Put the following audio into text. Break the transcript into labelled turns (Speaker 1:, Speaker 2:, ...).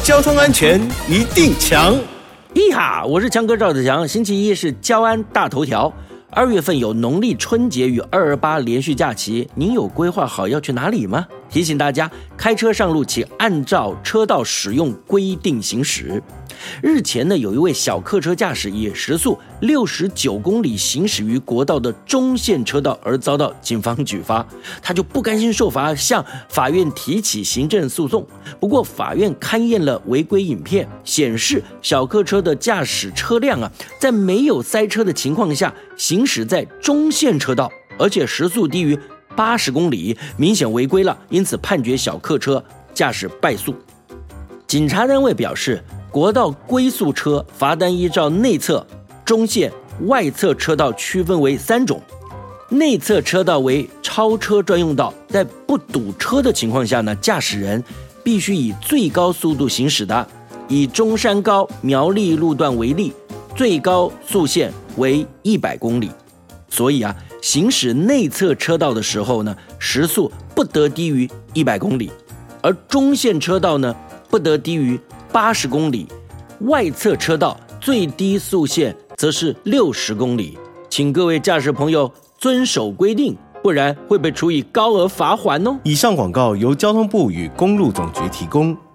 Speaker 1: 交通安全一定强。
Speaker 2: 咿哈，我是强哥赵子强。星期一是交安大头条。2月份有农历春节与228连续假期，您有规划好要去哪里吗？提醒大家，开车上路请按照车道使用规定行驶。日前呢，有一位小客车驾驶以时速69公里行驶于国道的中线车道而遭到警方举发，他就不甘心受罚，向法院提起行政诉讼。不过法院勘验了违规影片，显示小客车的驾驶车辆在没有塞车的情况下行驶在中线车道，而且时速低于80公里，明显违规了，因此判决小客车驾驶败诉。警察单位表示，国道龟速车罚单依照内侧、中线、外侧车道区分为3种。内侧车道为超车专用道，在不堵车的情况下呢，驾驶人必须以最高速度行驶的。以中山高苗栗路段为例，最高速限为100公里。所以行驶内侧车道的时候呢，时速不得低于100公里，而中线车道呢，不得低于80公里，外侧车道最低速限则是60公里。请各位驾驶朋友遵守规定，不然会被处以高额罚锾哦。
Speaker 1: 以上广告由交通部与公路总局提供。